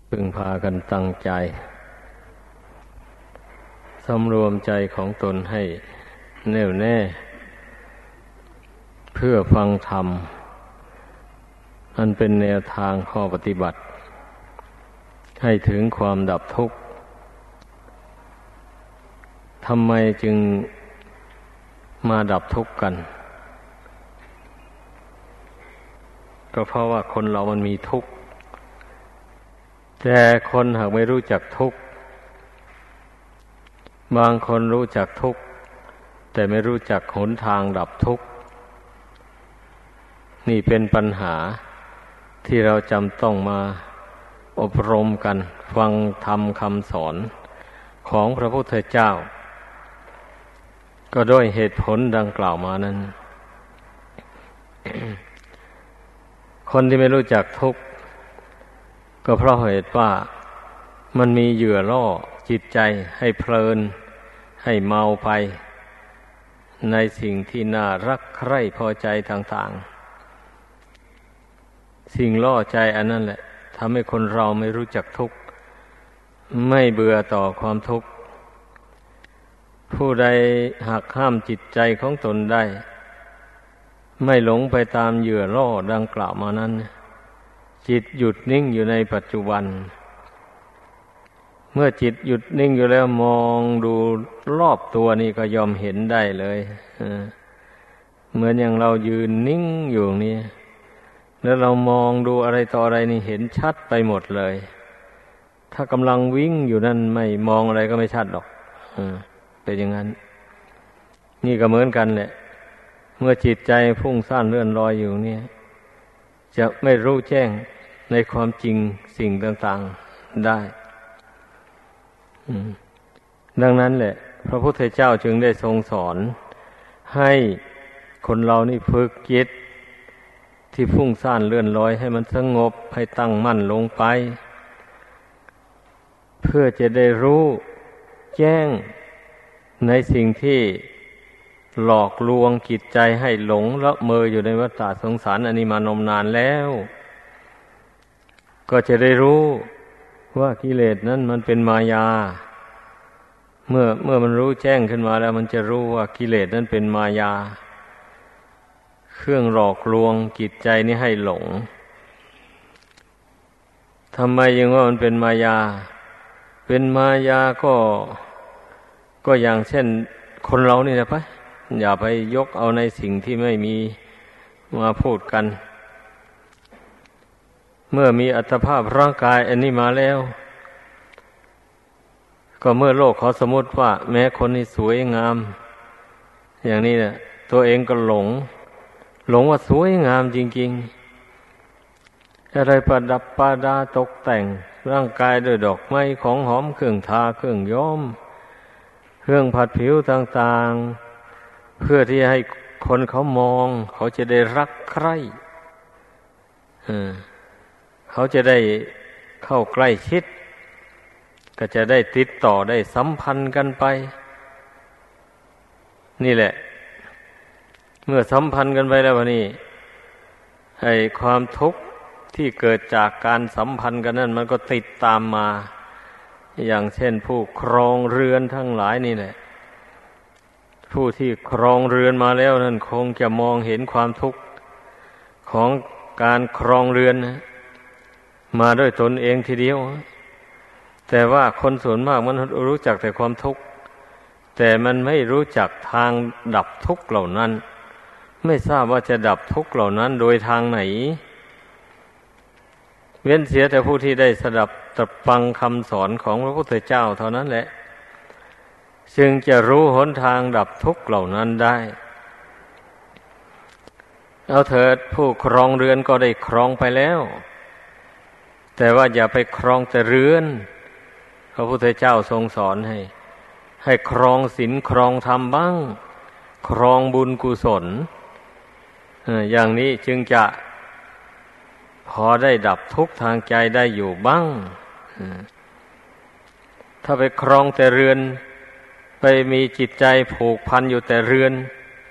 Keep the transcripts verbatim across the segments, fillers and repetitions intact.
พึงพากันตั้งใจสำรวมใจของตนให้แน่วแน่เพื่อฟังธรรมอันเป็นแนวทางข้อปฏิบัติให้ถึงความดับทุกข์ทำไมจึงมาดับทุกข์กันก็เพราะว่าคนเรามันมีทุกข์แต่คนหากไม่รู้จักทุกข์บางคนรู้จักทุกข์แต่ไม่รู้จักหนทางดับทุกข์นี่เป็นปัญหาที่เราจำต้องมาอบรมกันฟังธรรมคำสอนของพระพุทธเจ้าก็ด้วยเหตุผลดังกล่าวมานั้น คนที่ไม่รู้จักทุกข์ก็เพราะเหตุว่ามันมีเหยื่อล่อจิตใจให้เพลินให้เมาไปในสิ่งที่น่ารักใคร่พอใจต่างๆสิ่งล่อใจอันนั้นแหละทำให้คนเราไม่รู้จักทุกข์ไม่เบื่อต่อความทุกข์ผู้ใดหักห้ามจิตใจของตนได้ไม่หลงไปตามเหยื่อล่อดังกล่าวมานั้นจิตหยุดนิ่งอยู่ในปัจจุบันเมื่อจิตหยุดนิ่งอยู่แล้วมองดูรอบตัวนี่ก็ยอมเห็นได้เลยเหมือนอย่างเรายืนนิ่งอยู่นี่แล้วเรามองดูอะไรต่ออะไรนี่เห็นชัดไปหมดเลยถ้ากำลังวิ่งอยู่นั่นไม่มองอะไรก็ไม่ชัดหรอกเป็นอย่างนั้นนี่ก็เหมือนกันแหละเมื่อจิตใจพุ่งซ่านเลื่อนลอยอยู่เนี่ยจะไม่รู้แจ้งในความจริงสิ่งต่างๆได้ดังนั้นแหละพระพุทธเจ้าจึงได้ทรงสอนให้คนเรานี่ฝึกจิตที่พุ่งซ่านเลื่อนลอยให้มันสงบให้ตั้งมั่นลงไปเพื่อจะได้รู้แจ้งในสิ่งที่หลอกลวงจิตใจให้หลงละเมออยู่ในวัฏฏะสงสารอันนี้มานมนานแล้วก็จะได้รู้ว่ากิเลสนั้นมันเป็นมายาเมื่อเมื่อมันรู้แจ้งขึ้นมาแล้วมันจะรู้ว่ากิเลสนั้นเป็นมายาเครื่องหลอกลวงจิตใจนี้ให้หลงทำไมยังว่ามันเป็นมายาเป็นมายาก็ก็อย่างเช่นคนเรานี่นะปะอย่าไปยกเอาในสิ่งที่ไม่มีมาพูดกันเมื่อมีอัตภาพร่างกายอันนี้มาแล้วก็เมื่อโลกเขาสมมติว่าแม้คนนี้สวยงามอย่างนี้เนี่ยตัวเองก็หลงหลงว่าสวยงามจริงๆอะไรประดับประดาตกแต่งร่างกายด้วยดอกไม้ของหอมเครื่องทาเครื่องย้อมเครื่องผัดผิวต่างๆเพื่อที่ให้คนเขามองเขาจะได้รักใคร่เขาจะได้เข้าใกล้ชิดก็จะได้ติดต่อได้สัมพันธ์กันไปนี่แหละเมื่อสัมพันธ์กันไปแล้ววันนี้ไอ้ความทุกข์ที่เกิดจากการสัมพันธ์กันนั้นมันก็ติดตามมาอย่างเช่นผู้ครองเรือนทั้งหลายนี่แหละผู้ที่ครองเรือนมาแล้วนั่นคงจะมองเห็นความทุกข์ของการครองเรือนนะมาด้วยตนเองทีเดียวแต่ว่าคนส่วนมากมันรู้จักแต่ความทุกข์แต่มันไม่รู้จักทางดับทุกข์เหล่านั้นไม่ทราบว่าจะดับทุกข์เหล่านั้นโดยทางไหนเว้นเสียแต่ผู้ที่ได้สดับตรับฟังคำสอนของพระพุทธเจ้าเท่านั้นแหละจึงจะรู้หนทางดับทุกข์เหล่านั้นได้เอาเถิดผู้ครองเรือนก็ได้ครองไปแล้วแต่ว่าอย่าไปครองแต่เรือนพระพุทธเจ้าทรงสอนให้ให้ครองศีลครองธรรมบ้างครองบุญกุศลอย่างนี้จึงจะพอได้ดับทุกข์ทางใจได้อยู่บ้างถ้าไปครองแต่เรือนไปมีจิตใจผูกพันอยู่แต่เรือน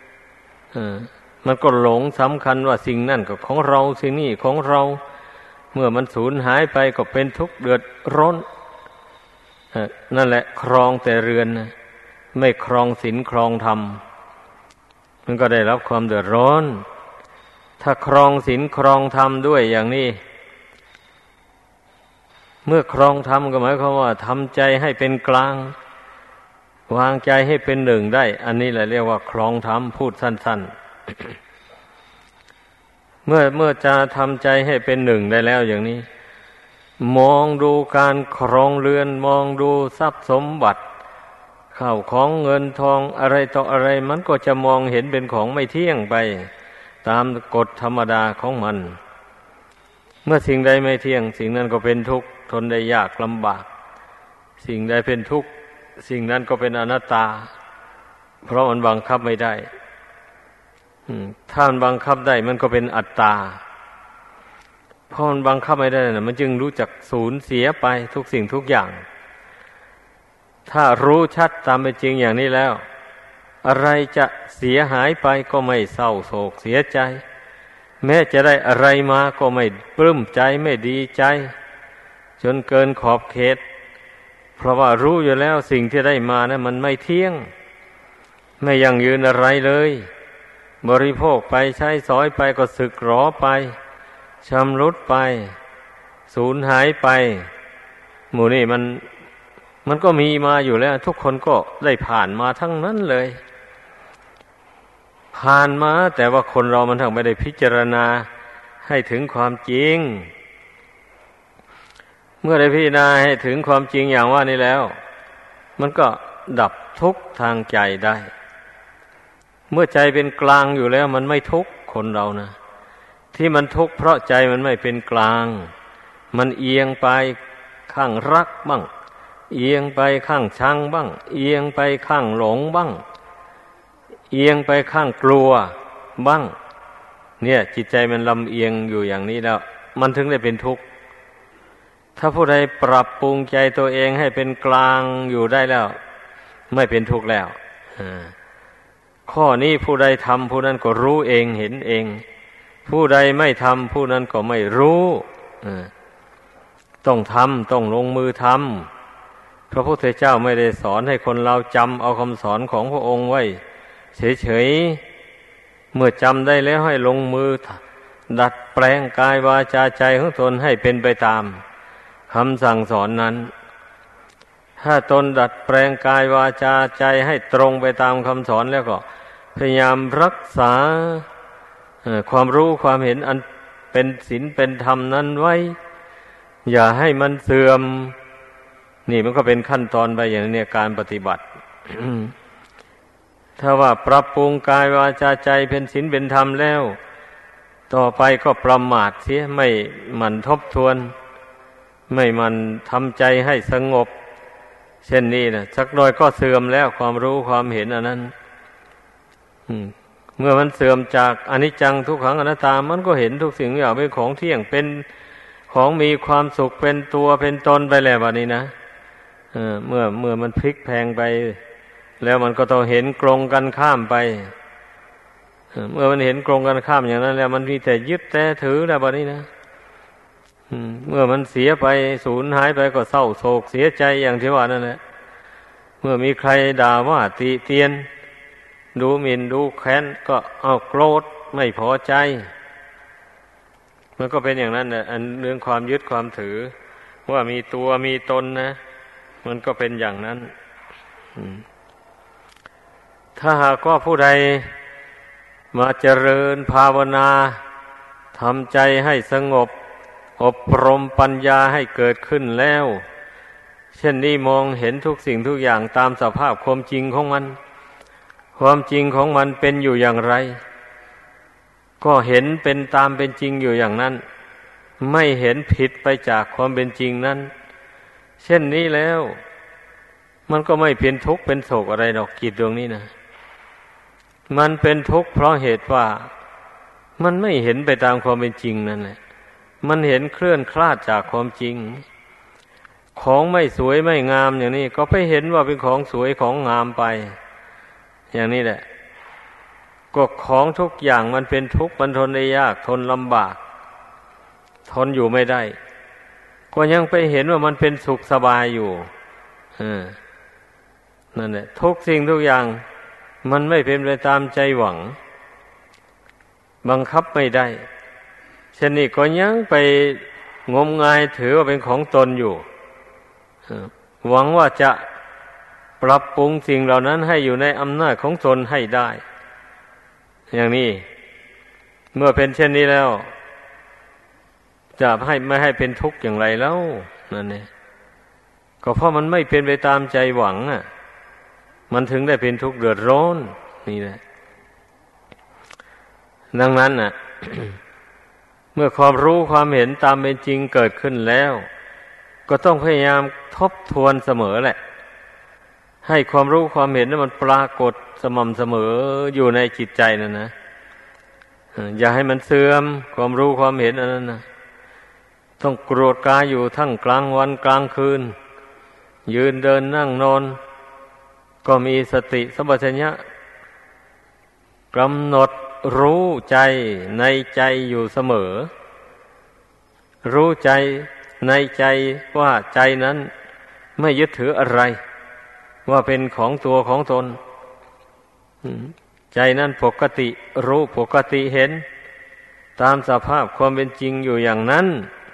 มันก็หลงสำคัญว่าสิ่งนั่นก็ของเราสิ่งนี้ของเราเมื่อมันสูญหายไปก็เป็นทุกข์เดือดร้อนนั่นแหละครองแต่เรือนนะไม่ครองศีลครองธรรมมันก็ได้รับความเดือดร้อนถ้าครองศีลครองธรรมด้วยอย่างนี้เมื่อครองธรรมก็หมายความว่าทำใจให้เป็นกลางวางใจให้เป็นหนึ่งได้อันนี้แหละเรียกว่าครองธรรมพูดสั้นๆ เมื่อเมื่อจะทำใจให้เป็นหนึ่งได้แล้วอย่างนี้มองดูการครองเรือนมองดูทรัพย์สมบัติข้าวของเงินทองอะไรต่ออะไรมันก็จะมองเห็นเป็นของไม่เที่ยงไปตามกฎธรรมดาของมันเมื่อสิ่งใดไม่เที่ยงสิ่งนั้นก็เป็นทุกข์ทนได้ยากลำบากสิ่งใดเป็นทุกข์สิ่งนั้นก็เป็นอนัตตาเพราะมันบังคับไม่ได้ถ้ามันบังคับได้มันก็เป็นอัตตาเพราะมันบังคับไม่ได้นะมันจึงรู้จักสูญเสียไปทุกสิ่งทุกอย่างถ้ารู้ชัดตามเป็นจริงอย่างนี้แล้วอะไรจะเสียหายไปก็ไม่เศร้าโศกเสียใจแม้จะได้อะไรมาก็ไม่ปลื้มใจไม่ดีใจจนเกินขอบเขตเพราะว่ารู้อยู่แล้วสิ่งที่ได้มานะมันไม่เที่ยงไม่ยั่งยืนอะไรเลยบริโภคไปใช้สอยไปก็สึกหรอไปชำรุดไปสูญหายไปหมู่นี่มันมันก็มีมาอยู่แล้วทุกคนก็ได้ผ่านมาทั้งนั้นเลยผ่านมาแต่ว่าคนเรามันทั้งไม่ได้พิจารณาให้ถึงความจริงเมื่อได้พิจารณาให้ถึงความจริงอย่างว่านี้แล้วมันก็ดับทุกข์ทางใจได้เมื่อใจเป็นกลางอยู่แล้วมันไม่ทุกข์คนเรานะที่มันทุกข์เพราะใจมันไม่เป็นกลางมันเอียงไปข้างรักบ้างเอียงไปข้างชังบ้างเอียงไปข้างหลงบ้างเอียงไปข้างกลัวบ้างเนี่ยจิตใจมันลำเอียงอยู่อย่างนี้แล้วมันถึงได้เป็นทุกข์ถ้าผู้ใดปรับปรุงใจตัวเองให้เป็นกลางอยู่ได้แล้วไม่เป็นทุกข์แล้วข้อนี้ผู้ใดทำผู้นั้นก็รู้เองเห็นเองผู้ใดไม่ทำผู้นั้นก็ไม่รู้ต้องทำต้องลงมือทำพระพุทธเจ้าไม่ได้สอนให้คนเราจำเอาคำสอนของพระองค์ไว้เฉยๆเมื่อจำได้แล้วให้ลงมือดัดแปลงกายวาจาใจของตนให้เป็นไปตามคำสั่งสอนนั้นถ้าตนดัดแปลงกายวาจาใจให้ตรงไปตามคำสอนแล้วก็พยายามรักษาความรู้ความเห็นอันเป็นศีลเป็นธรรมนั้นไว้อย่าให้มันเสื่อมนี่มันก็เป็นขั้นตอนไปอย่างนี้การปฏิบัติ ถ้าว่าปรับปรุงกายวาจาใจเป็นศีลเป็นธรรมแล้วต่อไปก็ประมาทเสียไม่หมั่นทบทวนไม่หมั่นทำใจให้สงบเช่นนี้นะสักหน่อยก็เสื่อมแล้วความรู้ความเห็นอันนั้นเมื่อมันเสื่อมจากอนิจจังทุกขังอนัตตามันก็เห็นทุกสิ่งอย่างเป็นของเที่ยงเป็นของมีความสุขเป็นตัวเป็นตนไปแล้วแบบนี้นะเออเมื่อเมื่อมันพลิกแพลงไปแล้วมันก็ต้องเห็นกรงกันข้ามไปเมื่อมันเห็นกรงกันข้ามอย่างนั้นแล้วมันมีแต่ยึดแต่ถือแล้วแบบนี้นะเมื่อมันเสียไปสูญหายไปก็เศร้าโศกเสียใจอย่างที่ว่านั่นแหละเมื่อมีใครด่าว่าติเตียนดูหมิ่นดูแค้นก็เอาโกรธไม่พอใจมันก็เป็นอย่างนั้นแหละอันเรื่องความยึดความถือว่ามีตัวมีตนนะมันก็เป็นอย่างนั้นถ้าหากว่าผู้ใดมาเจริญภาวนาทำใจให้สงบอบรมปัญญาให้เกิดขึ้นแล้วเช่นนี้มองเห็นทุกสิ่งทุกอย่างตามสภาพความจริงของมันความจริงของมันเป็นอยู่อย่างไรก็เห็นเป็นตามเป็นจริงอยู่อย่างนั้นไม่เห็นผิดไปจากความเป็นจริงนั้นเช่นนี้แล้วมันก็ไม่เป็นทุกข์เป็นโศกอะไรดอกจิตดวงนี้นะมันเป็นทุกข์เพราะเหตุว่ามันไม่เห็นไปตามความเป็นจริงนั่นแหละมันเห็นเคลื่อนคลาดจากความจริงของไม่สวยไม่งามอย่างนี้ก็ไปเห็นว่าเป็นของสวยของงามไปอย่างนี้แหละก็ของทุกอย่างมันเป็นทุกข์มันทนได้ยากทนลำบากทนอยู่ไม่ได้ก็ยังไปเห็นว่ามันเป็นสุขสบายอยู่นั่นแหละทุกสิ่งทุกอย่างมันไม่เป็นไปตามใจหวังบังคับไม่ได้เช่นนี้ก็ยังไปงมงายถือว่าเป็นของตนอยู่หวังว่าจะปรับปรุงสิ่งเหล่านั้นให้อยู่ในอำนาจของตนให้ได้อย่างนี้เมื่อเป็นเช่นนี้แล้วจะให้ไม่ให้เป็นทุกข์อย่างไรแล้วนั่นเองก็เพราะมันไม่เป็นไปตามใจหวังอ่ะมันถึงได้เป็นทุกข์เดือดร้อนนี่แหละดังนั้นน่ะ เมื่อความรู้ความเห็นตามเป็นจริงเกิดขึ้นแล้วก็ต้องพยายามทบทวนเสมอแหละให้ความรู้ความเห็นนั้นมันปรากฏสม่ำเสมออยู่ในจิตใจนั่นนะอย่าให้มันเสื่อมความรู้ความเห็นอันนั้นนะต้องโกรธกายอยู่ทั้งกลางวันกลางคืนยืนเดินนั่งนอนก็มีสติสัมปชัญญะกำหนดรู้ใจในใจอยู่เสมอรู้ใจในใจว่าใจนั้นไม่ยึดถืออะไรว่าเป็นของตัวของตนใจนั้นปกติรู้ปกติเห็นตามสภาพความเป็นจริงอยู่อย่างนั้น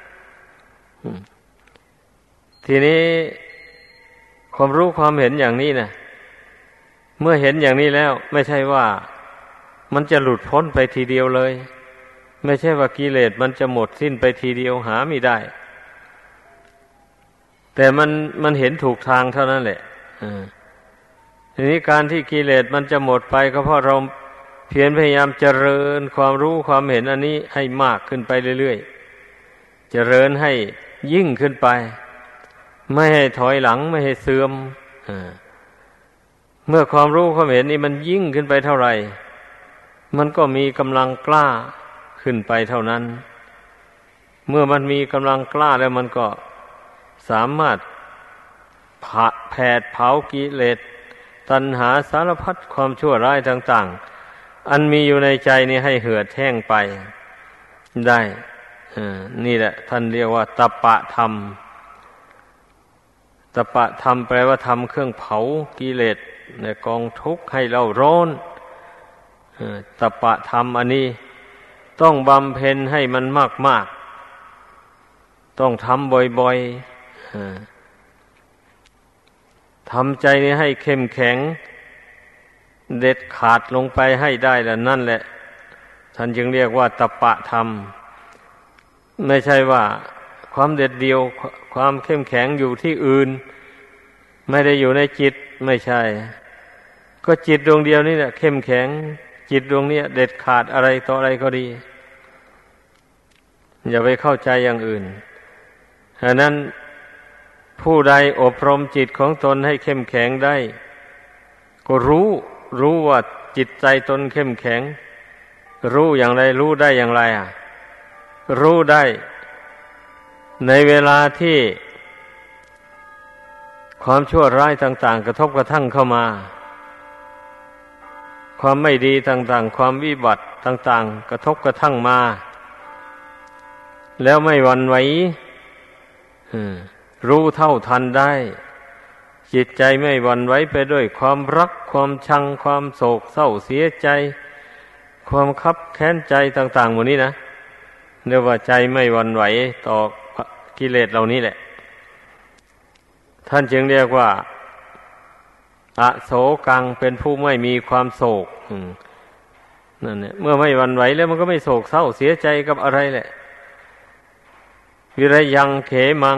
ทีนี้ความรู้ความเห็นอย่างนี้นะเมื่อเห็นอย่างนี้แล้วไม่ใช่ว่ามันจะหลุดพ้นไปทีเดียวเลยไม่ใช่ว่ากิเลสมันจะหมดสิ้นไปทีเดียวหาไม่ได้แต่มันมันเห็นถูกทางเท่านั้นแหละทีนี้การที่กิเลสมันจะหมดไปก็เพราะเราเพียรพยายามเจริญความรู้ความเห็นอันนี้ให้มากขึ้นไปเรื่อยๆเจริญให้ยิ่งขึ้นไปไม่ให้ถอยหลังไม่ให้เสื่อมเมื่อความรู้ความเห็นนี้มันยิ่งขึ้นไปเท่าไหร่มันก็มีกำลังกล้าขึ้นไปเท่านั้นเมื่อมันมีกำลังกล้าแล้วมันก็สามารถแผดเผากิเลสตัณหาสารพัดความชั่วร้ายต่างๆอันมีอยู่ในใจนี้ให้เหือดแห้งไปได้นี่แหละท่านเรียกว่าตปะธรรมตปะธรรมแปลว่าธรรมเครื่องเผากิเลสในกองทุกข์ให้เราร้อนตปะธรรมอันนี้ต้องบำเพ็ญให้มันมากๆต้องทำบ่อยๆทำใจนี้ให้เข้มแข็งเด็ดขาดลงไปให้ได้แล้วนั่นแหละท่านจึงเรียกว่าตปะธรรมไม่ใช่ว่าความเด็ดเดี่ยวความเข้มแข็งอยู่ที่อื่นไม่ได้อยู่ในจิตไม่ใช่ก็จิตดวงเดียวนี่แหละเข้มแข็งจิตดวงนี้เด็ดขาดอะไรต่ออะไรก็ดีอย่าไปเข้าใจอย่างอื่นฉะนั้นผู้ใดอบรมจิตของตนให้เข้มแข็งได้ก็รู้รู้ว่าจิตใจตนเข้มแข็งรู้อย่างไรรู้ได้อย่างไรอ่ะรู้ได้ในเวลาที่ความชั่วร้ายต่างๆกระทบกระทั่งเข้ามาความไม่ดีต่างๆความวิบัติต่างๆกระทบกระทั่งมาแล้วไม่หวั่นไหวรู้เท่าทันได้จิตใจไม่หวั่นไหวไปด้วยความรักความชังความโศกเศร้าเสียใจความคับแค้นใจต่างๆหมดนี้นะเรียกว่าใจไม่หวั่นไหวต่อกิเลสเหล่านี้แหละท่านจึงเรียกว่าอโศกังเป็นผู้ไม่มีความโศกนั่นเนี่ยเมื่อไม่หวั่นไหวแล้วมันก็ไม่โศกเศร้าเสียใจกับอะไรแหละวิริยังเขมัง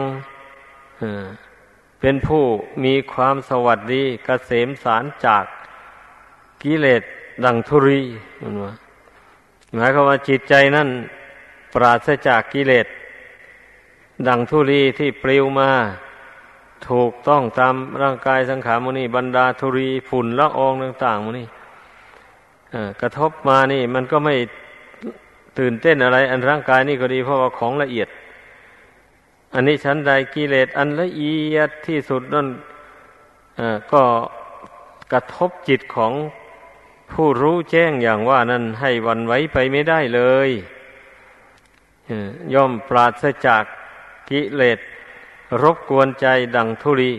เป็นผู้มีความสวัสดีเกษมสารจากกิเลสดังธุรีมันว่าหมายความว่าจิตใจนั่นปราศจากกิเลสดังธุลีที่ปลิวมาถูกต้องตามร่างกายสังขารมุนีบรรดาธุรีฝุ่นละอองต่างๆมุนีกระทบมานี่มันก็ไม่ตื่นเต้นอะไรอันร่างกายนี่ก็ดีเพราะว่าของละเอียดอันนี้ชั้นใดกิเลสอันละเอียดที่สุดนั่นก็กระทบจิตของผู้รู้แจ้งอย่างว่านั้นให้หวั่นไหวไปไม่ได้เลยย่อมปราศจากกิเลสรบกวนใจดังธุลี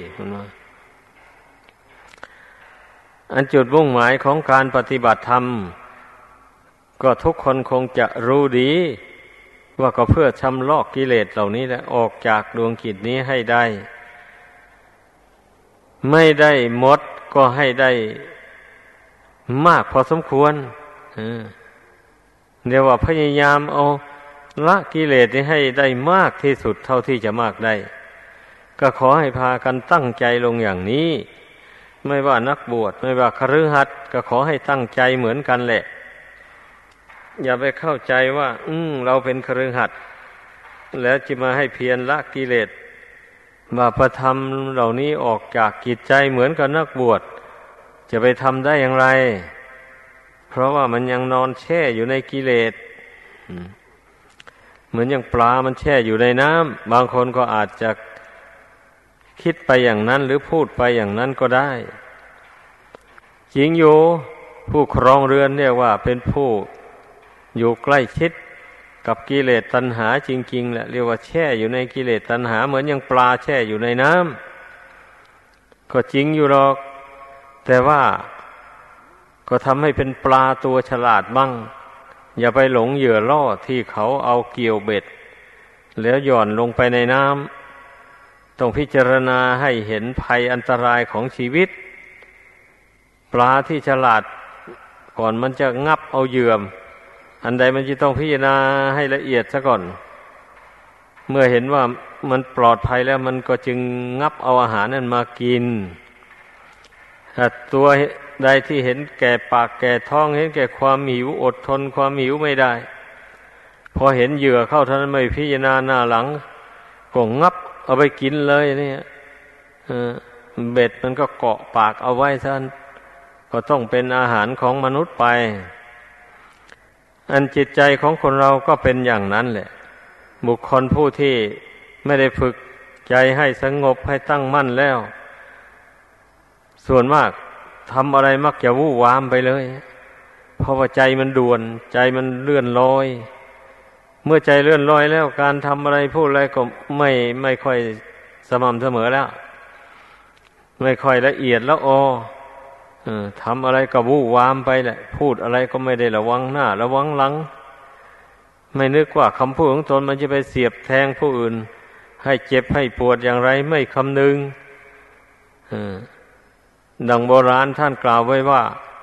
อันจุดมุ่งหมายของการปฏิบัติธรรมก็ทุกคนคงจะรู้ดีว่าก็เพื่อชำระกิเลสเหล่านี้แหละออกจากดวงจิตนี้ให้ได้ไม่ได้หมดก็ให้ได้มากพอสมควรเดี๋ยวว่าพยายามเอาละกิเลสนี้ให้ได้มากที่สุดเท่าที่จะมากได้ก็ขอให้พากันตั้งใจลงอย่างนี้ไม่ว่านักบวชไม่ว่าคฤหัสถ์ก็ขอให้ตั้งใจเหมือนกันแหละอย่าไปเข้าใจว่าอืมเราเป็นคฤหัสถ์แล้วจะมาให้เพียรละกิเลสบาปธรรมเหล่านี้ออกจากจิตใจเหมือนกับนักบวชจะไปทำได้อย่างไรเพราะว่ามันยังนอนแช่อยู่ในกิเลสเหมือนอย่างปลามันแช่อยู่ในน้ำบางคนก็อาจจะคิดไปอย่างนั้นหรือพูดไปอย่างนั้นก็ได้จริงอยู่ผู้ครองเรือนเรียกว่าเป็นผู้อยู่ใกล้ชิดกับกิเลสตัณหาจริงๆแหละเรียกว่าแช่อยู่ในกิเลสตัณหาเหมือนอย่างปลาแช่อยู่ในน้ำก็จริงอยู่หรอกแต่ว่าก็ทำให้เป็นปลาตัวฉลาดบ้างอย่าไปหลงเหยื่อล่อที่เขาเอาเกี่ยวเบ็ดแล้วหย่อนลงไปในน้ำต้องพิจารณาให้เห็นภัยอันตรายของชีวิตปลาที่ฉลาดก่อนมันจะงับเอาเหยื่ออันใดมันจะต้องพิจารณาให้ละเอียดซะก่อนเมื่อเห็นว่ามันปลอดภัยแล้วมันก็จึงงับเอาอาหารนั้นมากินถ้าตัวใดที่เห็นแก่ปากแก่ท้องเห็นแก่ความหิวอดทนความหิวไม่ได้พอเห็นเหยื่อเข้าเท่านั้นไม่พิจารณาหน้าหลังก็งับเอาไปกินเลยเนี่ยเบ็ดมันก็เกาะปากเอาไว้ซะก็ต้องเป็นอาหารของมนุษย์ไปอันจิตใจของคนเราก็เป็นอย่างนั้นแหละบุคคลผู้ที่ไม่ได้ฝึกใจให้สงบให้ตั้งมั่นแล้วส่วนมากทำอะไรมักจะวู่วามไปเลยเพราะว่าใจมันด่วนใจมันเลื่อนลอยเมื่อใจเลื่อนลอยแล้วการทำอะไรพูดอะไรก็ไม่ไม่ค่อยสม่ำเสมอแล้วไม่ค่อยละเอียดแล้วอ๋อทำอะไรก็วู่วามไปแหละพูดอะไรก็ไม่ได้ระวังหน้าระวังหลังไม่นึกว่าคำพูดของตนมันจะไปเสียบแทงผู้อื่นให้เจ็บให้ปวดอย่างไรไม่คำนึงดังโบราณท่านกล่าวไว้ว่า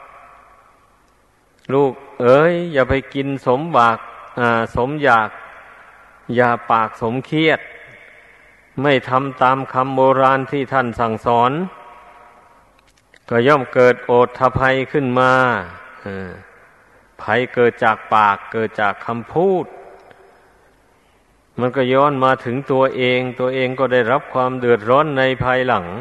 ลูกเอ๋ยอย่าไปกินสมบากสมอยากอย่าปากสมเครียดไม่ทำตามคำโบราณที่ท่านสั่งสอนก็ย่อมเกิดโอทภัยขึ้นมาภัยเกิดจากปากเกิดจากคำพูดมันก็ย้อนมาถึงตัวเองตัวเองก็ได้รับความเดือดร้อนในภายหลัง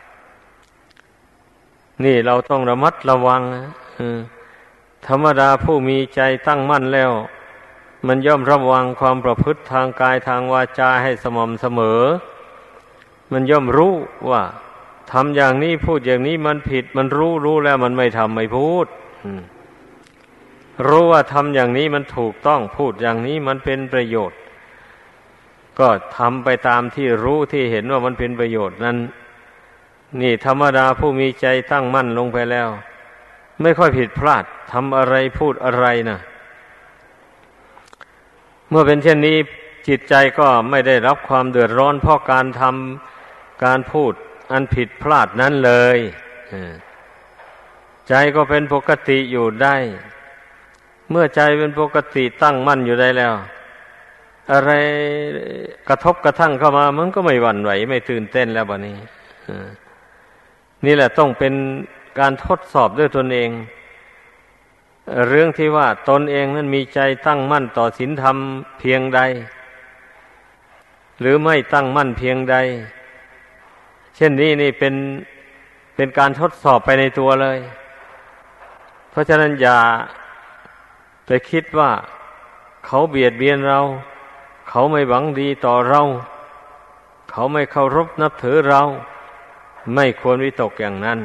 นี่เราต้องระมัดระวังธรรมดาผู้มีใจตั้งมั่นแล้วมันย่อมระวังความประพฤติทางกายทางวาจาให้สม่ำเสมอมันย่อมรู้ว่าทำอย่างนี้พูดอย่างนี้มันผิดมันรู้รู้แล้วมันไม่ทำไม่พูดรู้ว่าทำอย่างนี้มันถูกต้องพูดอย่างนี้มันเป็นประโยชน์ก็ทำไปตามที่รู้ที่เห็นว่ามันเป็นประโยชน์นั้นนี่ธรรมดาผู้มีใจตั้งมั่นลงไปแล้วไม่ค่อยผิดพลาดทำอะไรพูดอะไรนะเมื่อเป็นเช่นนี้จิตใจก็ไม่ได้รับความเดือดร้อนเพราะการทำการพูดอันผิดพลาดนั้นเลยใจก็เป็นปกติอยู่ได้เมื่อใจเป็นปกติตั้งมั่นอยู่ได้แล้วอะไรกระทบกระทั่งเข้ามามันก็ไม่หวั่นไหวไม่ตื่นเต้นแล้วบัดนี้นี่แหละต้องเป็นการทดสอบด้วยตนเองเรื่องที่ว่าตนเองนั้นมีใจตั้งมั่นต่อศีลธรรมเพียงใดหรือไม่ตั้งมั่นเพียงใดเช่นนี้นี่เป็นเป็นการทดสอบไปในตัวเลยเพราะฉะนั้นอย่าไปคิดว่าเขาเบียดเบียนเราเขาไม่หวังดีต่อเราเขาไม่เคารพนับถือเราไม่ควรวิตกอย่างนั้น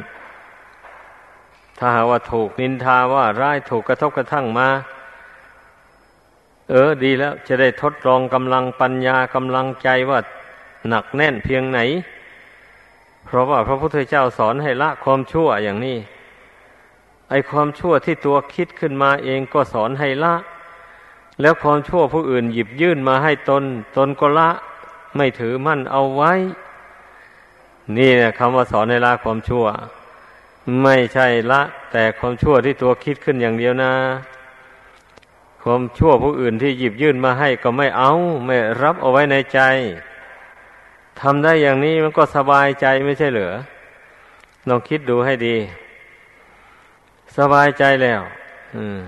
ถ้าหากว่าถูกนินทาว่าร้ายถูกกระทบกระทั่งมาเออดีแล้วจะได้ทดลองกำลังปัญญากำลังใจว่าหนักแน่นเพียงไหนเพราะว่าพระพุทธเจ้าสอนให้ละความชั่วอย่างนี้ไอ้ความชั่วที่ตัวคิดขึ้นมาเองก็สอนให้ละแล้วความชั่วผู้อื่นหยิบยื่นมาให้ตนตนก็ละไม่ถือมั่นเอาไว้นี่แหละคำว่าสอนให้ละความชั่วไม่ใช่ละแต่ความชั่วที่ตัวคิดขึ้นอย่างเดียวนะความชั่วผู้อื่นที่หยิบยื่นมาให้ก็ไม่เอาไม่รับเอาไว้ในใจทำได้อย่างนี้มันก็สบายใจไม่ใช่เหรอลองคิดดูให้ดีสบายใจแล้วอืม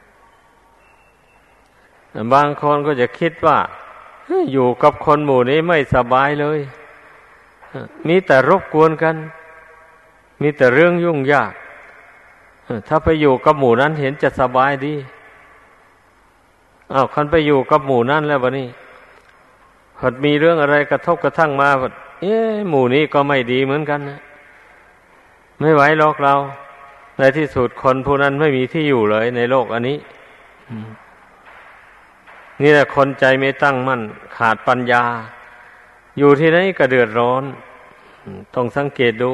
บางคนก็จะคิดว่าอยู่กับคนหมู่นี้ไม่สบายเลยมีแต่รบกวนกันมีแต่เรื่องยุ่งยากถ้าไปอยู่กับหมู่นั้นเห็นจะสบายดีอ้าวคันไปอยู่กับหมู่นั้นแล้ววะนี่พอมีเรื่องอะไรกระทบกระทั่งมาพอเอ๊ะหมู่นี้ก็ไม่ดีเหมือนกันนะไม่ไหวหรอกเราในที่สุดคนผู้นั้นไม่มีที่อยู่เลยในโลกอันนี้นี่แหละคนใจไม่ตั้งมั่นขาดปัญญาอยู่ที่ไหนก็เดือดร้อนต้องสังเกตดู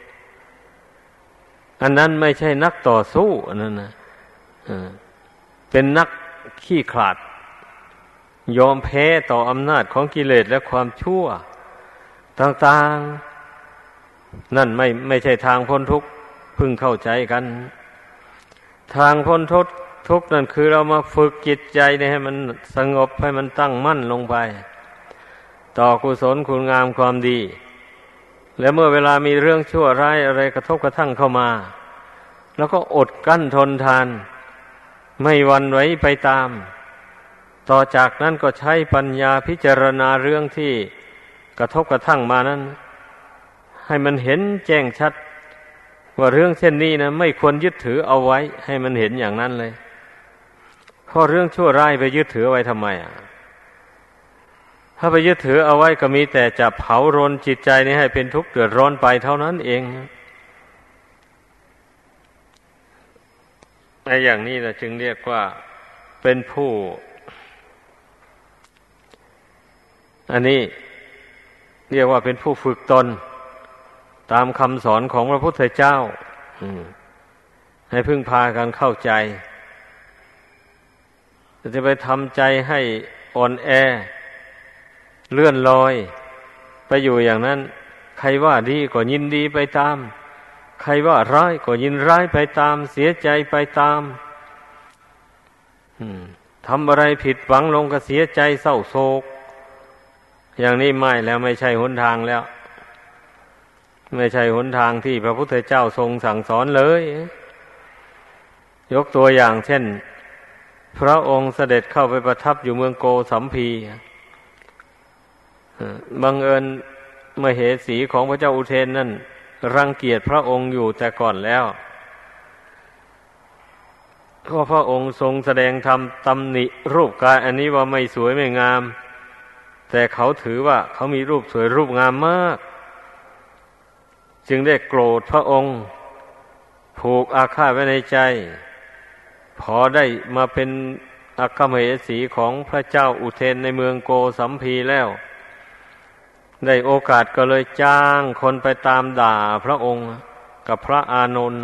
อันนั้นไม่ใช่นักต่อสู้อันนั้นนะเป็นนักขี้ขลาดยอมแพ้ต่ออำนาจของกิเลสและความชั่วต่างๆนั่นไม่ไม่ใช่ทางพ้นทุกข์พึงเข้าใจกันทางพ้นทุกข์ทุกข์นั่นคือเรามาฝึกจิตใจให้มันสงบให้มันตั้งมั่นลงไปต่อกุศลคุณงามความดีและเมื่อเวลามีเรื่องชั่วร้ายอะไรกระทบกระทั่งเข้ามาแล้วก็อดกั้นทนทานไม่หวั่นไหวไปตามต่อจากนั้นก็ใช้ปัญญาพิจารณาเรื่องที่กระทบกระทั่งมานั้นให้มันเห็นแจ้งชัดว่าเรื่องเช่นนี้นะไม่ควรยึดถือเอาไว้ให้มันเห็นอย่างนั้นเลยเพราะเรื่องชั่วร้ายไปยึดถือเอาไว้ทำไมอ่ะถ้าไปยึดถือเอาไว้ก็มีแต่จะเผารนจิตใจนี้ให้เป็นทุกข์เดือดร้อนไปเท่านั้นเองในอย่างนี้นะจึงเรียกว่าเป็นผู้อันนี้เรียกว่าเป็นผู้ฝึกตนตามคำสอนของพระพุทธเจ้าให้พึ่งพากันเข้าใจจะไปทำใจให้อ่อนแอเลื่อนลอยไปอยู่อย่างนั้นใครว่าดีก็ยินดีไปตามใครว่าร้ายก็ยินร้ายไปตามเสียใจไปตามทำอะไรผิดหวังลงก็เสียใจเศร้าโศกอย่างนี้ไม่แล้วไม่ใช่หนทางแล้วไม่ใช่หนทางที่พระพุทธเจ้าทรงสั่งสอนเลยยกตัวอย่างเช่นพระองค์เสด็จเข้าไปประทับอยู่เมืองโกสัมพีบังเอิญมเหสีของพระเจ้าอุเทนนั่นรังเกียจพระองค์อยู่แต่ก่อนแล้วเพราะพระองค์ทรงแสดงธรรมตำหนิรูปกายอันนี้ว่าไม่สวยไม่งามแต่เขาถือว่าเขามีรูปสวยรูปงามมากจึงได้โกรธพระองค์ผูกอาฆาตไว้ในใจพอได้มาเป็นอัครมเหสีของพระเจ้าอุเทนในเมืองโกสัมพีแล้วได้โอกาสก็เลยจ้างคนไปตามด่าพระองค์กับพระอานนท์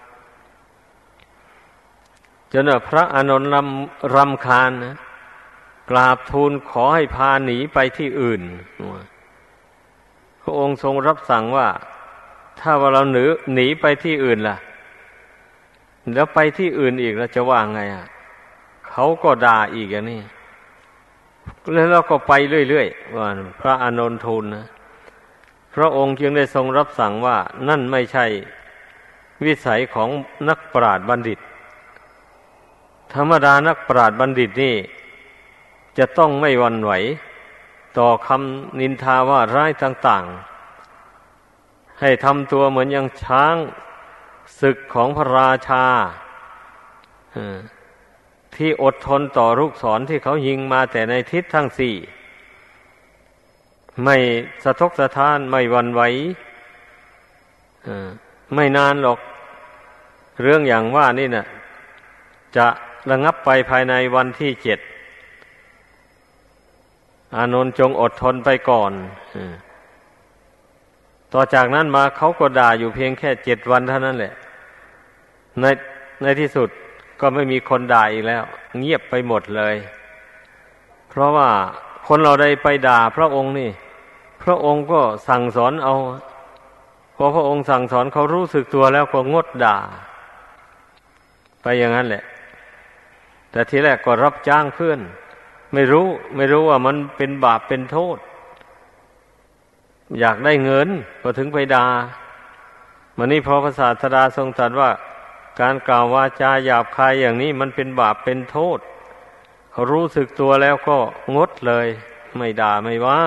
จนพระอานนท์รำรำคาญนะกราบทูลขอให้พาหนีไปที่อื่นพระองค์ทรงรับสั่งว่าถ้าว่าเราหนีหนีไปที่อื่นล่ะแล้วไปที่อื่นอีกเราจะว่าไงอ่ะเขาก็ด่าอีกอย่างนี้แล้วเราก็ไปเรื่อยๆว่าพระอานนท์ทูลนะพระองค์จึงได้ทรงรับสั่งว่านั่นไม่ใช่วิสัยของนักปราชญ์บัณฑิตธรรมดานักปราชญ์บัณฑิตนี่จะต้องไม่หวั่นไหวต่อคำนินทาว่าร้ายต่างๆให้ทำตัวเหมือนอย่างช้างศึกของพระราชาที่อดทนต่อลูกศรที่เขายิงมาแต่ในทิศทั้งสี่ไม่สะทกสะท้านไม่หวั่นไหวไม่นานหรอกเรื่องอย่างว่านี่น่ะจะระงับไปภายในวันที่เจ็ดอานนท์จงอดทนไปก่อนต่อจากนั้นมาเขาก็ด่าอยู่เพียงแค่เจ็ดวันเท่านั้นแหละในในที่สุดก็ไม่มีคนด่าอีกแล้วเงียบไปหมดเลยเพราะว่าคนเราได้ไปด่าพระองค์นี่พระองค์ก็สั่งสอนเอาพอพระองค์สั่งสอนเขารู้สึกตัวแล้วก็งดด่าไปอย่างนั้นแหละแต่ทีแรกก็รับจ้างเพื่อนไม่รู้ไม่รู้ว่ามันเป็นบาปเป็นโทษอยากได้เงินก็ถึงไปด่ามันนี่พอพระศาสดาทรงตรัสว่าการกล่าววาจาหยาบคายอย่างนี้มันเป็นบาปเป็นโทษเขารู้สึกตัวแล้วก็งดเลยไม่ด่าไม่ว่า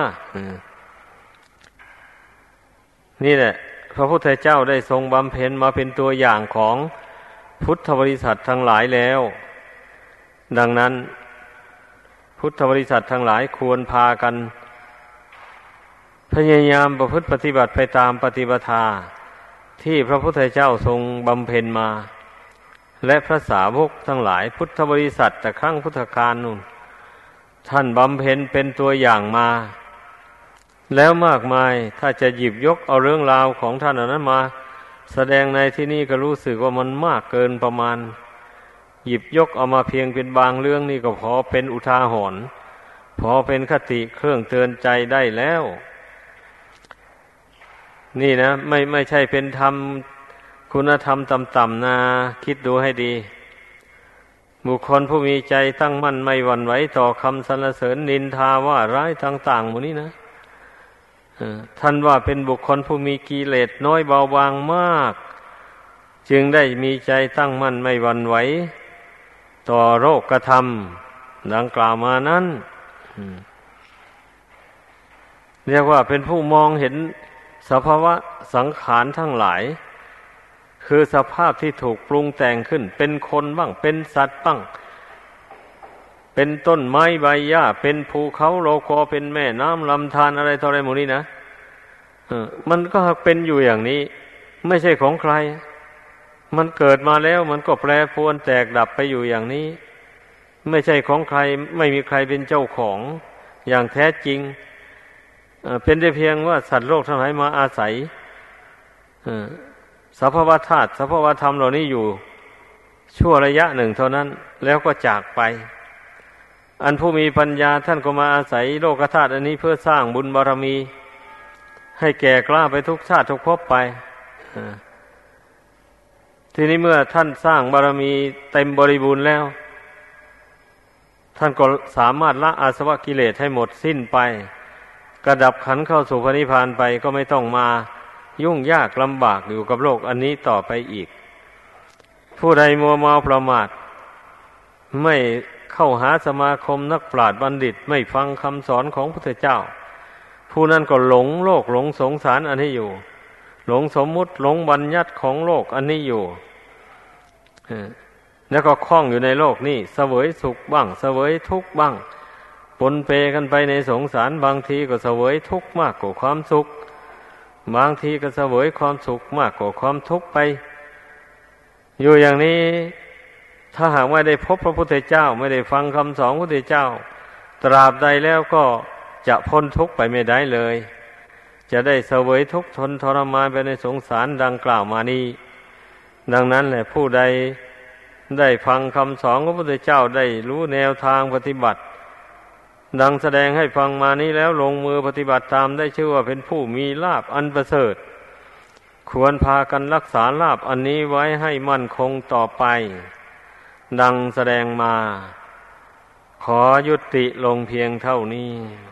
นี่แหละพระพุทธเจ้าได้ทรงบำเพ็ญมาเป็นตัวอย่างของพุทธบริษัททั้งหลายแล้วดังนั้นพุทธบริษัททั้งหลายควรพากันพยายามประพฤติปฏิบัติไปตามปฏิปทาที่พระพุทธเจ้าทรงบำเพ็ญมาและพระสาวกทั้งหลายพุทธบริษัทแต่ครั้งพุทธกาลนู่นท่านบำเพ็ญเป็นตัวอย่างมาแล้วมากมายถ้าจะหยิบยกเอาเรื่องราวของท่านเหล่านั้นมาแสดงในที่นี้ก็รู้สึกว่ามันมากเกินประมาณหยิบยกเอามาเพียงเป็นบางเรื่องนี่ก็พอเป็นอุทาหรณ์พอเป็นคติเครื่องเตือนใจได้แล้วนี่นะไม่ไม่ใช่เป็นธรรมคุณธรรมต่ำๆนะคิดดูให้ดีบุคคลผู้มีใจตั้งมั่นไม่หวั่นไหวต่อคำสรรเสริญนินทาว่าร้ายต่างๆหมดนี้นะท่านว่าเป็นบุคคลผู้มีกิเลสน้อยเบาบางมากจึงได้มีใจตั้งมั่นไม่หวั่นไหวต่อโลกธรรมดังกล่าวมานั้นเรียกว่าเป็นผู้มองเห็นสภาวะสังขารทั้งหลายคือสภาพที่ถูกปรุงแต่งขึ้นเป็นคนบ้างเป็นสัตว์บ้างเป็นต้นไม้ใบหญ้าเป็นภูเขาโลกอเป็นแม่น้ำลำธารอะไรต่ออะไรหมดนี้นะเออมันก็เป็นอยู่อย่างนี้ไม่ใช่ของใครมันเกิดมาแล้วมันก็แปรปรวนแตกดับไปอยู่อย่างนี้ไม่ใช่ของใครไม่มีใครเป็นเจ้าของอย่างแท้จริงเออเป็นได้เพียงว่าสัตว์โลกทั้งหลายมาอาศัยเออสภาวะธาตุสภาวะธรรมเหล่านี้อยู่ชั่วระยะหนึ่งเท่านั้นแล้วก็จากไปอันผู้มีปัญญาท่านก็มาอาศัยโลกธาตุอันนี้เพื่อสร้างบุญบารมีให้แก่กล้าไปทุกชาติทุกภพไปทีนี้เมื่อท่านสร้างบารมีเต็มบริบูรณ์แล้วท่านก็สามารถละอาสวะกิเลสให้หมดสิ้นไปกระดับขันเข้าสู่พระนิพพานไปก็ไม่ต้องมายุ่งยากลำบากอยู่กับโลกอันนี้ต่อไปอีกผู้ใดมัวเมาประมาทไม่เข้าหาสมาคมนักปราชญ์บัณฑิตไม่ฟังคำสอนของพระพุทธเจ้าผู้นั้นก็หลงโลกหลงสงสารอันนี้อยู่หลงสมมุติหลงบัญญัติของโลกอันนี้อยู่แล้วก็คล้องอยู่ในโลกนี้เสวยสุขบ้างเสวยทุกข์บ้างปนเปกันไปในสงสารบางทีก็เสวยทุกข์มากกว่าความสุขบางทีก็เสวยความสุขมากกว่าความทุกข์ไปอยู่อย่างนี้ถ้าหากไม่ได้พบพระพุทธเจ้าไม่ได้ฟังคำสอนพระพุทธเจ้าตราบใดแล้วก็จะพ้นทุกข์ไปไม่ได้เลยจะได้เสวยทุกข์ทนทรมานไปในสงสารดังกล่าวมานี้ดังนั้นแหละผู้ใดได้ฟังคำสอนของพระพุทธเจ้าได้รู้แนวทางปฏิบัติดังแสดงให้ฟังมานี้แล้วลงมือปฏิบัติตามได้ชื่อว่าเป็นผู้มีลาภอันประเสริฐควรพากันรักษาลาภอันนี้ไว้ให้มั่นคงต่อไปดังแสดงมาขอยุติลงเพียงเท่านี้